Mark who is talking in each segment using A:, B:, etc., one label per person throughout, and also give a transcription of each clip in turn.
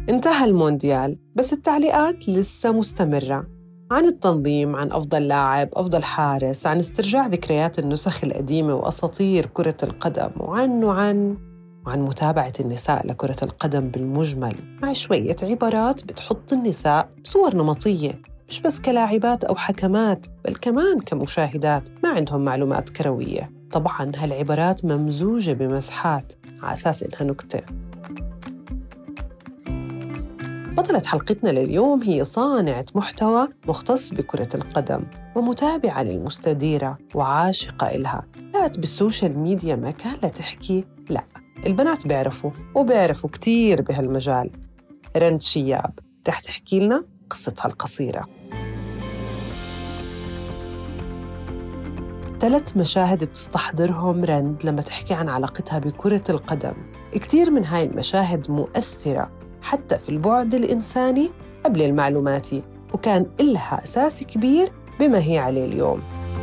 A: انتهى المونديال بس التعليقات لسه مستمرة، عن التنظيم، عن أفضل لاعب، أفضل حارس، عن استرجاع ذكريات النسخ القديمة وأساطير كرة القدم، وعن متابعة النساء لكرة القدم بالمجمل، مع شوية عبارات بتحط النساء بصور نمطية، مش بس كلاعبات أو حكمات، بل كمان كمشاهدات ما عندهم معلومات كروية. طبعاً هالعبارات ممزوجة بمسحات على أساس إنها نكتة. بطلة حلقتنا لليوم هي صانعة محتوى مختص بكرة القدم ومتابعة للمستديرة وعاشقة إلها. لقت بالسوشيال ميديا مكان لتحكي لا، البنات بيعرفوا كتير بهالمجال. رند شياب رح تحكي لنا قصتها القصيرة. 3 مشاهد بتستحضرهم رند لما تحكي عن علاقتها بكرة القدم. كتير من هاي المشاهد مؤثرة حتى في البعد الإنساني قبل المعلوماتي، وكان إلها أساس كبير بما هي عليه اليوم.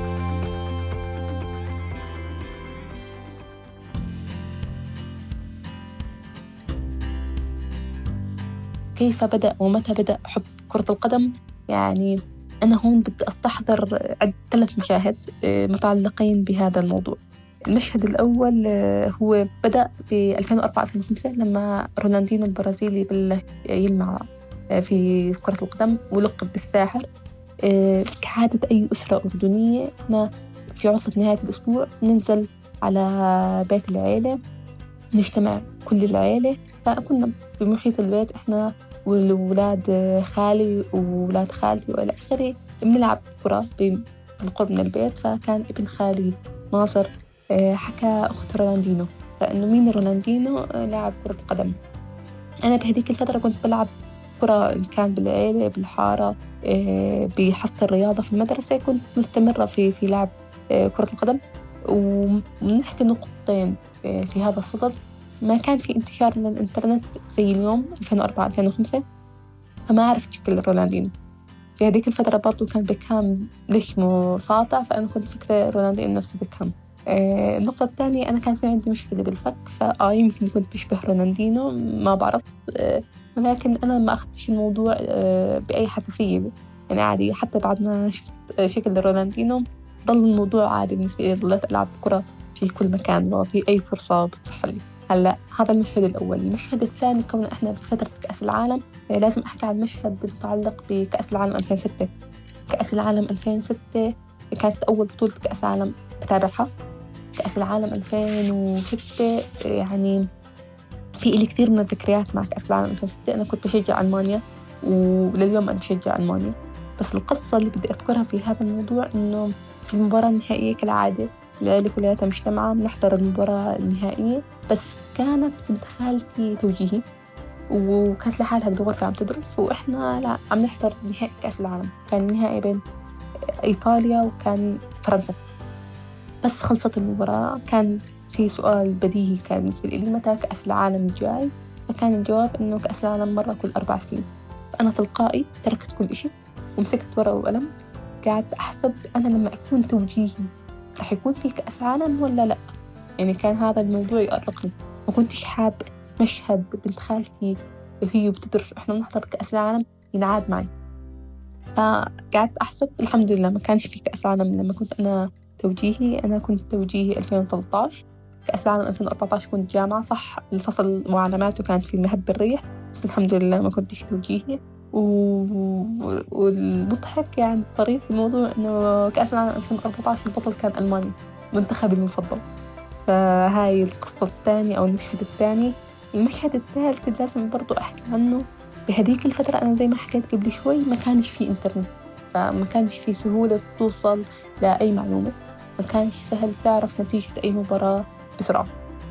B: كيف بدأ ومتى بدأ حب كرة القدم؟ يعني أنا هون بدي أستحضر 3 مشاهد متعلقين بهذا الموضوع. المشهد الأول هو بدأ في 2004-2005 لما رونالدينو البرازيلي بلش يلمع في كرة القدم ولقب بالساحر. كعادة أي أسرة أردنية، إحنا في عطلة نهاية الأسبوع ننزل على بيت العيلة، نجتمع كل العيلة. فكنا بمحيط البيت إحنا والولاد خالي وولاد خالتي وإلى آخره بنلعب كرة بالقرب من البيت. فكان ابن خالي ناصر حكى أخت رونالدينو، فإنه مين رونالدينو لاعب كرة قدم. أنا بهذيك الفترة كنت بلعب كرة، كان بالعيلة بالحارة بحصة الرياضة في المدرسة، كنت مستمرة في لعب كرة القدم. ونحكي نقطتين في هذا الصدد. ما كان في انتشار للإنترنت زي اليوم 2004-2005، فما عرفت شكل رونالدينو. في هذيك الفترة برضو كان بيكهام لشمه ساطع، فأنا كنت فكرة رونالدينو نفسه بيكهام. النقطة الثانية، أنا كان في عندي مشكلة بالفك، يمكن كنت بشبه رونالدينو، ما بعرف. ولكن أنا ما أخذتش الموضوع بأي حساسية، يعني عادي. حتى بعد ما شفت شكل رونالدينو ضل الموضوع عادي بالنسبة لي، ضلت ألعب كرة في كل مكان وفي أي فرصة بتصح لي. هلأ هذا المشهد الأول. المشهد الثاني، كون إحنا بفترة كأس العالم، لازم أحكي عن مشهد متعلق بكأس العالم 2006. كأس العالم 2006 كانت أول بطولة كأس عالم بتابعها. كأس العالم 2006 يعني في إلي كثير من الذكريات مع كأس العالم 2006. أنا كنت بشجع ألمانيا ولليوم أنا بشجع ألمانيا. بس القصة اللي بدي أذكرها في هذا الموضوع إنه في المباراة النهائية كالعادة العيلة كلها مجتمعة بنحضر المباراة النهائية، بس كانت بنت خالتي توجيهي وكانت لحالها بغرفة عم تدرس، وإحنا لا عم نحضر نهائي كأس العالم. كان النهائي بين إيطاليا وكان فرنسا. بس خلصت المباراة كان في سؤال بديهي كان بالنسبة لي، متى كأس العالم الجاي؟ فكان الجواب إنه كأس العالم مرة كل 4 سنين. فأنا تلقائي تركت كل إشي ومسكت ورقة وقلم، قعدت أحسب أنا لما أكون توجيهي رح يكون في كأس عالم ولا لأ. يعني كان هذا الموضوع يقرقني. ما كنتش حاب مشهد بنت خالتي وهي بتدرس وإحنا نحضر كأس العالم ينعاد معي. فقعدت أحسب، الحمد لله ما كانش في كأس عالم لما كنت أنا توجيهي. أنا كنت توجيهي 2013. كأس العالم 2014 كنت جامعة، صح الفصل معلماته كانت في مهب الريح، بس الحمد لله ما كنتش توجيهي. والمضحك يعني الطريف في الموضوع إنه كأس العالم 2014 البطل كان ألمانيا، منتخبي المفضل. فهاي القصة الثانية أو المشهد الثاني. المشهد الثالث لازم برضو أحكي عنه. بهذيك الفترة أنا زي ما حكيت قبل شوي ما كانش في إنترنت، فما كانش في سهولة توصل لأي معلومة، ما كانش سهل تعرف نتيجة أي مباراة بسرعة.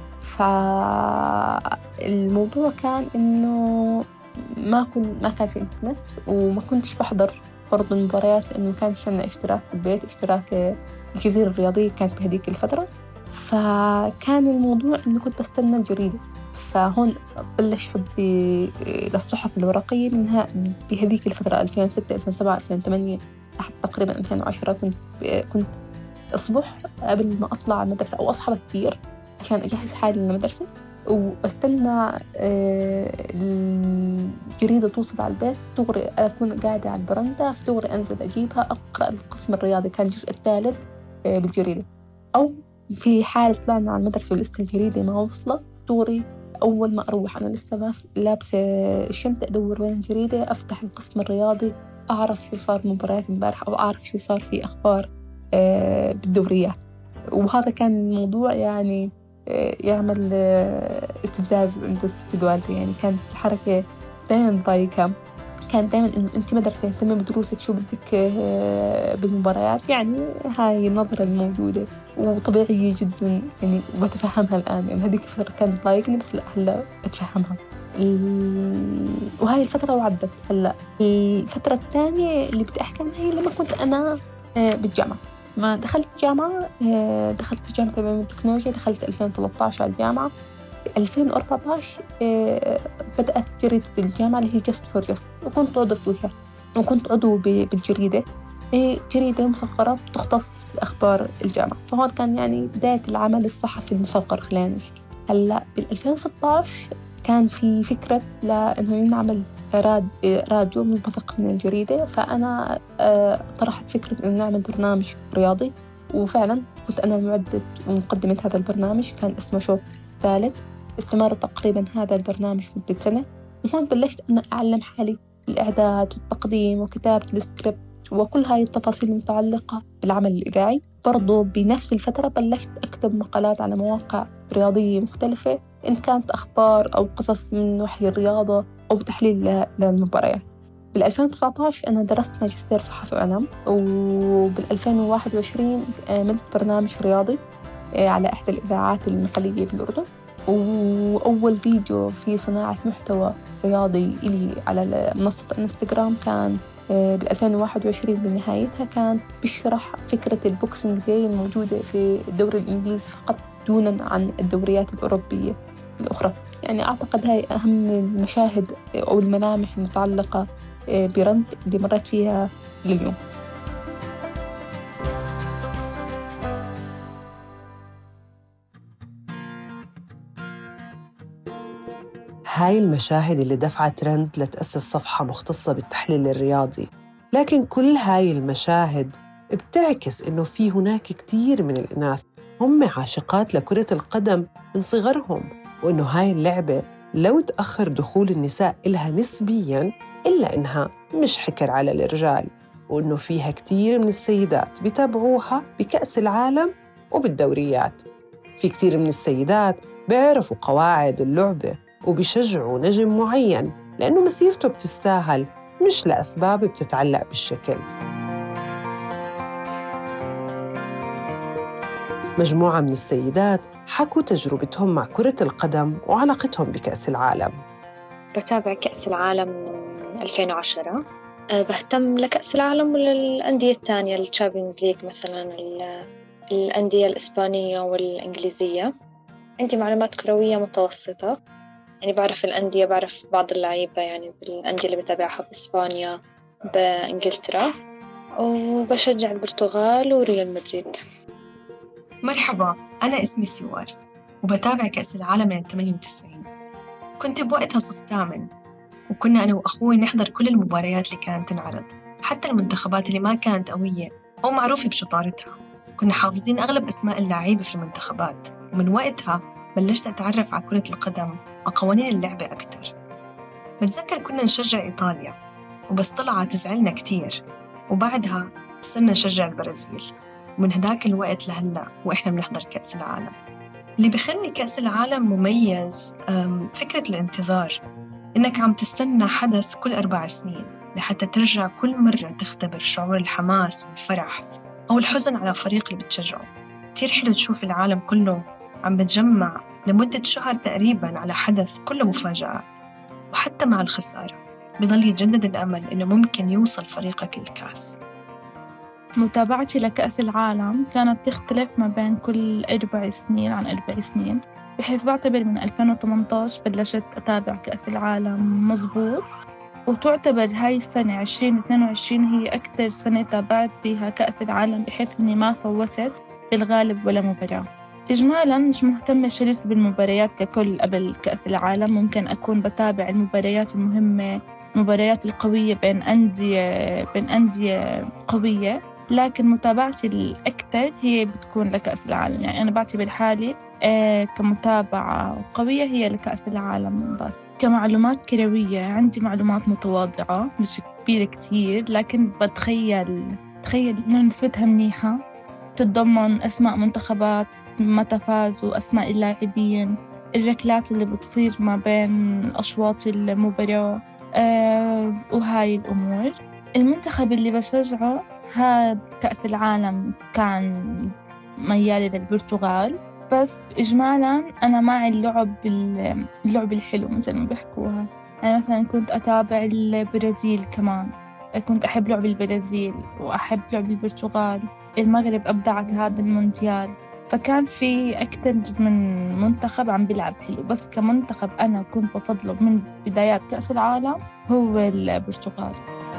B: فالموضوع كان إنه ما كان في إنترنت، وما كنتش بحضر برضو المباريات لأنه ما كانش عندنا اشتراك في البيت. اشتراك الجزيرة الرياضية كانت بهذيك الفترة، فكان الموضوع إنه كنت بستنى الجريدة. فهون بلش حبي للصحف الورقية منها بهذيك الفترة 2006 2007 2008 لحد تقريبا 2010. كنت أصبح قبل ما أطلع المدرسة أو أصحى كثير عشان أجهز حالي للمدرسة، واستنى الجريدة توصل على البيت، دغري أكون قاعدة على البرندة، دغري أنزل أجيبها أقرأ القسم الرياضي، كان الجزء الثالث بالجريدة. أو في حال طلعنا على المدرسة ولسه الجريدة ما وصلت، دغري أول ما أروح أنا لسه بس لابسة الشنطة أدور وين الجريدة، أفتح القسم الرياضي، أعرف شو صار مباريات امبارح، أو أعرف شو صار في أخبار بالدوريات. وهذا كان موضوع يعني يعمل استفزاز عند ست والدي، يعني كانت الحركة دائما ضايقة. كان دائما إنه أنت مدرسة اهتمي بدروسك، شو بدك بالمباريات، يعني هاي النظرة الموجودة وطبيعية جدا، يعني بتفهمها الآن، يعني هذيك الفترة كانت ضايقني، بس لا هلا بتفهمها. وهاي الفترة وعدت. هلا الفترة الثانية اللي بدي أحكي عنها هي لما كنت أنا بالجامعة. ما دخلت جامعة، دخلت بجامعة العلوم والتكنولوجيا، دخلت 2013 على الجامعة. 2014 بدأت جريدة الجامعة اللي هي Just for Just، وكنت عضو فيها، وكنت عضو بالجريدة، جريدة مصغرة تختص بأخبار الجامعة. فهون كان يعني بداية العمل الصحفي المصغر، خلينا نحكي. هلأ بال2016 كان في فكرة لأنه نعمل راديو منبثق من الجريدة، فأنا طرحت فكرة إنه نعمل برنامج رياضي، وفعلا كنت أنا معدة ومقدمة هذا البرنامج، كان اسمه شوط ثالث. استمر تقريبا هذا البرنامج مدة سنة، وهون بلشت أنا أعلم حالي الإعداد والتقديم وكتابة السكريبت وكل هاي التفاصيل المتعلقة بالعمل الإذاعي. برضو بنفس الفترة بلشت أكتب مقالات على مواقع رياضية مختلفة، إن كانت أخبار أو قصص من وحي الرياضة أو تحليل للمباريات. بال2019 أنا درست ماجستير صحافة وإعلام، وبال2021 عملت برنامج رياضي على إحدى الإذاعات المحلية في الأردن، وأول فيديو في صناعة محتوى رياضي إلي على منصة الإنستغرام كان بال2021 بنهايتها، كان بيشرح فكرة البوكسينج داي الموجودة في الدوري الإنجليزي فقط دونا عن الدوريات الأوروبية الأخرى. يعني أعتقد هاي أهم المشاهد أو الملامح المتعلقة برند اللي مريت فيها لليوم.
A: هاي المشاهد اللي دفعت رند لتأسس صفحة مختصة بالتحليل الرياضي. لكن كل هاي المشاهد بتعكس إنه في هناك كتير من الإناث هم عاشقات لكرة القدم من صغرهم، وإنه هاي اللعبة لو تأخر دخول النساء إلها نسبياً إلا إنها مش حكر على الرجال، وإنه فيها كتير من السيدات بيتابعوها بكأس العالم وبالدوريات. في كتير من السيدات بيعرفوا قواعد اللعبة وبيشجعوا نجم معين لأنه مسيرته بتستاهل، مش لأسباب بتتعلق بالشكل. مجموعة من السيدات حكوا تجربتهم مع كرة القدم وعلاقتهم بكأس العالم.
C: بتابع كأس العالم من 2010. بهتم لكأس العالم وللأندية الثانية، الشامبيونز ليج مثلاً، الأندية الإسبانية والإنجليزية. عندي معلومات كروية متوسطة، يعني بعرف الأندية، بعرف بعض اللعيبة يعني بالأندية اللي بتابعها بإسبانيا بإنجلترا، وبشجع البرتغال وريال مدريد.
D: مرحبا، أنا اسمي سوار وبتابع كأس العالم من 98. كنت بوقتها صف 8، وكنا أنا وأخوي نحضر كل المباريات اللي كانت تنعرض، حتى المنتخبات اللي ما كانت قوية أو معروفة بشطارتها. كنا حافظين أغلب أسماء اللاعبين في المنتخبات، ومن وقتها بلشت أتعرف على كرة القدم وقوانين اللعبة أكتر. بتذكر كنا نشجع إيطاليا، وبس طلعت تزعلنا كتير، وبعدها صرنا نشجع البرازيل، ومن هداك الوقت لهلأ وإحنا بنحضر كأس العالم. اللي بيخلي كأس العالم مميز فكرة الانتظار، إنك عم تستنى حدث كل 4 سنين لحتى ترجع كل مرة تختبر شعور الحماس والفرح أو الحزن على فريق اللي بتشجعه. كتير حلو تشوف العالم كله عم بتجمع لمدة شهر تقريباً على حدث كله مفاجآت، وحتى مع الخسارة بضل يجدد الأمل إنه ممكن يوصل فريقك للكأس.
E: متابعتي لكأس العالم كانت تختلف ما بين كل 4 سنين عن 4 سنين، بحيث بعتبر من 2018 بلشت أتابع كأس العالم مزبوط، وتعتبر هاي السنة 2022 هي أكثر سنة تابعت فيها كأس العالم، بحيث أني ما فوتت بالغالب ولا مباراة. إجمالاً مش مهتمة شرس بالمباريات ككل. قبل كأس العالم ممكن أكون بتابع المباريات المهمة، المباريات القوية بين أندية قوية، لكن متابعتي الأكثر هي بتكون لكأس العالم. يعني أنا بعتبر حالي كمتابعة قوية هي لكأس العالم بس. كمعلومات كروية عندي معلومات متواضعة مش كبيرة كتير، لكن بتخيل إنه نسبتها منيحة. تتضمن أسماء منتخبات متى فازوا، أسماء اللاعبين، الركلات اللي بتصير ما بين أشواط المباراة، وهاي الأمور. المنتخب اللي بشجعه هاد كأس العالم كان ميالي للبرتغال، بس إجمالاً أنا معي اللعب الحلو مثل ما بيحكوها. أنا مثلاً كنت أتابع البرازيل كمان، كنت أحب لعب البرازيل وأحب لعب البرتغال. المغرب أبدعت هذا المونديال، فكان في أكثر من منتخب عم بيلعب حلو. بس كمنتخب أنا كنت بفضله من بدايات كأس العالم هو البرتغال.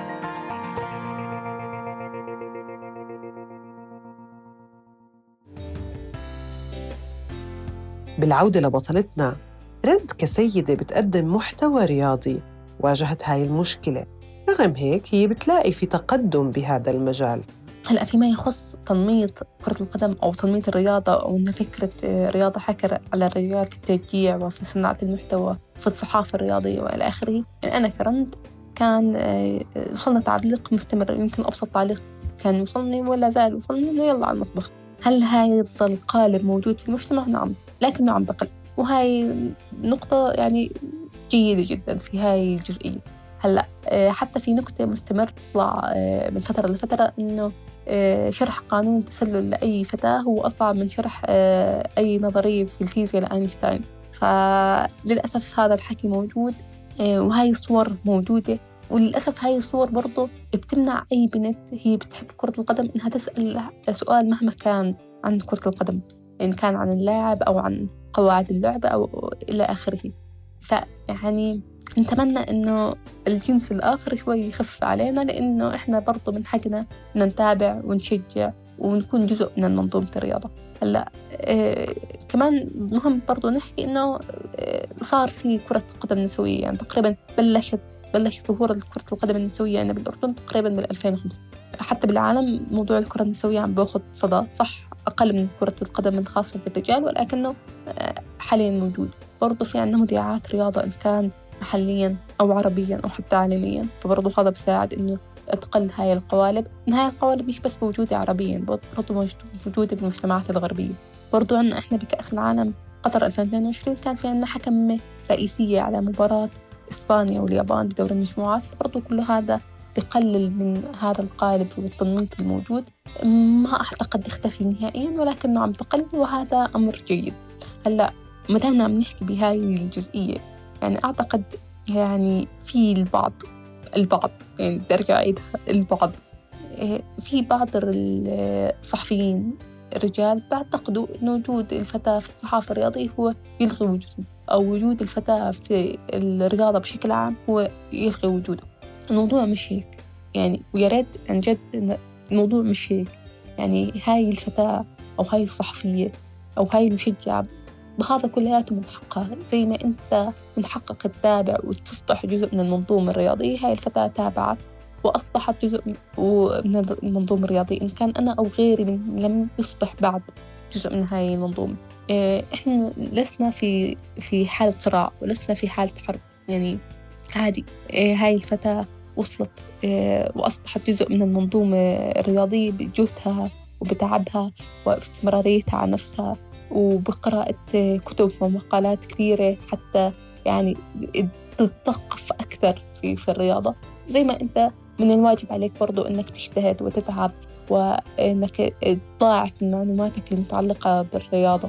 A: بالعودة لبطلتنا رند، كسيدة بتقدم محتوى رياضي واجهت هاي المشكلة، رغم هيك هي بتلاقي في تقدم بهذا المجال.
B: هلأ فيما يخص تنمية كرة القدم أو تنمية الرياضة، أو إن فكرة رياضة حكر على الرجال في التشجيع وفي صناعة المحتوى في الصحافة الرياضية وإلى آخره، يعني أنا كرند كان وصلنا تعليق مستمر. يمكن أبسط تعليق كان يوصلني ولا زال يوصلني إنه يلا على المطبخ. هل هذا القالب موجود في المجتمع؟ نعم، لكنه عم بقل، وهاي نقطة يعني جيدة جدا في هاي الجزئية. هلأ حتى في نكتة مستمر تطلع من فترة لفترة إنه شرح قانون التسلل لأي فتاة هو أصعب من شرح أي نظرية في الفيزياء لأينشتاين. فللأسف هذا الحكي موجود، وهاي الصور موجودة. وللأسف هاي الصور برضو بتمنع أي بنت هي بتحب كرة القدم إنها تسأل سؤال مهما كان عن كرة القدم، إن كان عن اللاعب أو عن قواعد اللعبة أو إلى آخره. فيعني نتمنى إنه الجنس الآخر شوي يخف علينا، لأنه إحنا برضو من حقنا إن نتابع ونشجع ونكون جزء من منظومة الرياضة. هلا كمان مهم برضو نحكي إنه صار في كرة قدم نسوية، يعني تقريبا بلش ظهور كرة القدم النسوية يعني بالأردن تقريبا من 2005. حتى بالعالم موضوع الكرة النسوية عم باخد صدى، صح أقل من كرة القدم الخاصة بالرجال، ولكنه حاليا موجود. برضو في عندنا مذيعات رياضة إن كان محليا أو عربيا أو حتى عالميا، فبرضو هذا بساعد إنه تقل هاي القوالب. إن هاي القوالب مش بس موجودة عربيا، برضو موجودة بالمجتمعات الغربية. برضو عندنا إحنا بكأس العالم قطر 2022 كان في عندنا حكمة رئيسية على مباراة إسبانيا واليابان بدور المجموعات. برضو كل هذا بقلل من هذا القالب والتنميط الموجود. ما أعتقد يختفي نهائيا، ولكنه عم بقل، وهذا أمر جيد. هلأ مدامنا عم نحكي بهاي الجزئية، يعني أعتقد يعني في البعض يعني بدي أرجع أعيدها، البعض في بعض الصحفيين الرجال بيعتقدوا أن وجود الفتاة في الصحافة الرياضية هو يلغي وجوده، أو وجود الفتاة في الرياضة بشكل عام هو يلغي وجوده. الموضوع مش هيك يعني، ويا ريت عن جد إن الموضوع مش هيك. يعني هاي الفتاة أو هاي الصحفية أو هاي المشجعة بهذا كلياته من حقها، زي ما أنت من حقك تتابع وتصبح جزء من المنظومة الرياضية. هاي الفتاة تابعت وأصبحت جزء من المنظومة الرياضية، إن كان أنا أو غيري لم يصبح بعد جزء من هاي المنظومة. إحنا لسنا في حالة صراع، ولسنا في حالة حرب. يعني عادي، هاي الفتاة وصلت وأصبحت جزء من المنظومة الرياضية بجهدها وبتعبها وباستمراريتها على نفسها، وبقراءة كتب ومقالات كثيرة حتى يعني تتثقف أكثر في الرياضة. زي ما أنت من الواجب عليك برضو أنك تجتهد وتتعب، وأنك تضاعف من معلوماتك المتعلقة بالرياضة.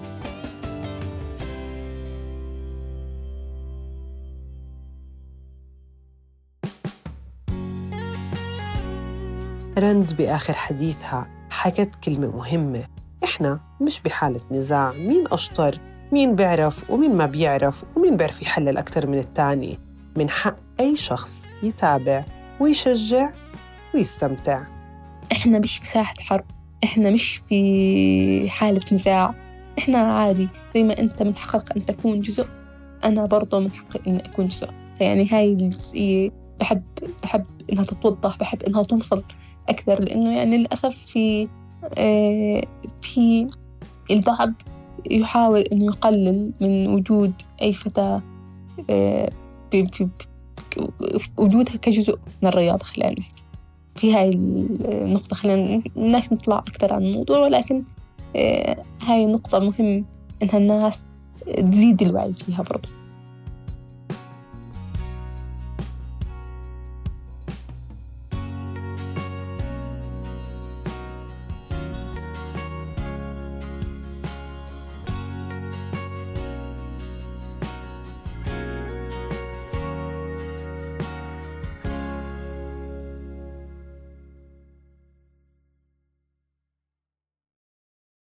A: رند بآخر حديثها حكت كلمة مهمة: إحنا مش بحالة نزاع مين أشطر، مين بيعرف ومين ما بيعرف، ومين بيعرف يحلل أكتر من التاني. من حق أي شخص يتابع ويشجع ويستمتع.
B: إحنا مش بساحة حرب، إحنا مش في حالة نزاع، إحنا عادي زي ما أنت من حقك أن تكون جزء، أنا برضو من حقي أن أكون جزء. فيعني هاي الجزئية بحب إنها تتوضح، بحب إنها توصل أكثر، لأنه يعني للأسف في البعض يحاول إنه يقلل من وجود أي فتاة في وجودها كجزء من الرياضة. خلينا نحكي في هاي النقطة، خلينا نطلع أكثر عن الموضوع، ولكن هاي النقطة مهم إنها الناس تزيد الوعي فيها برضو.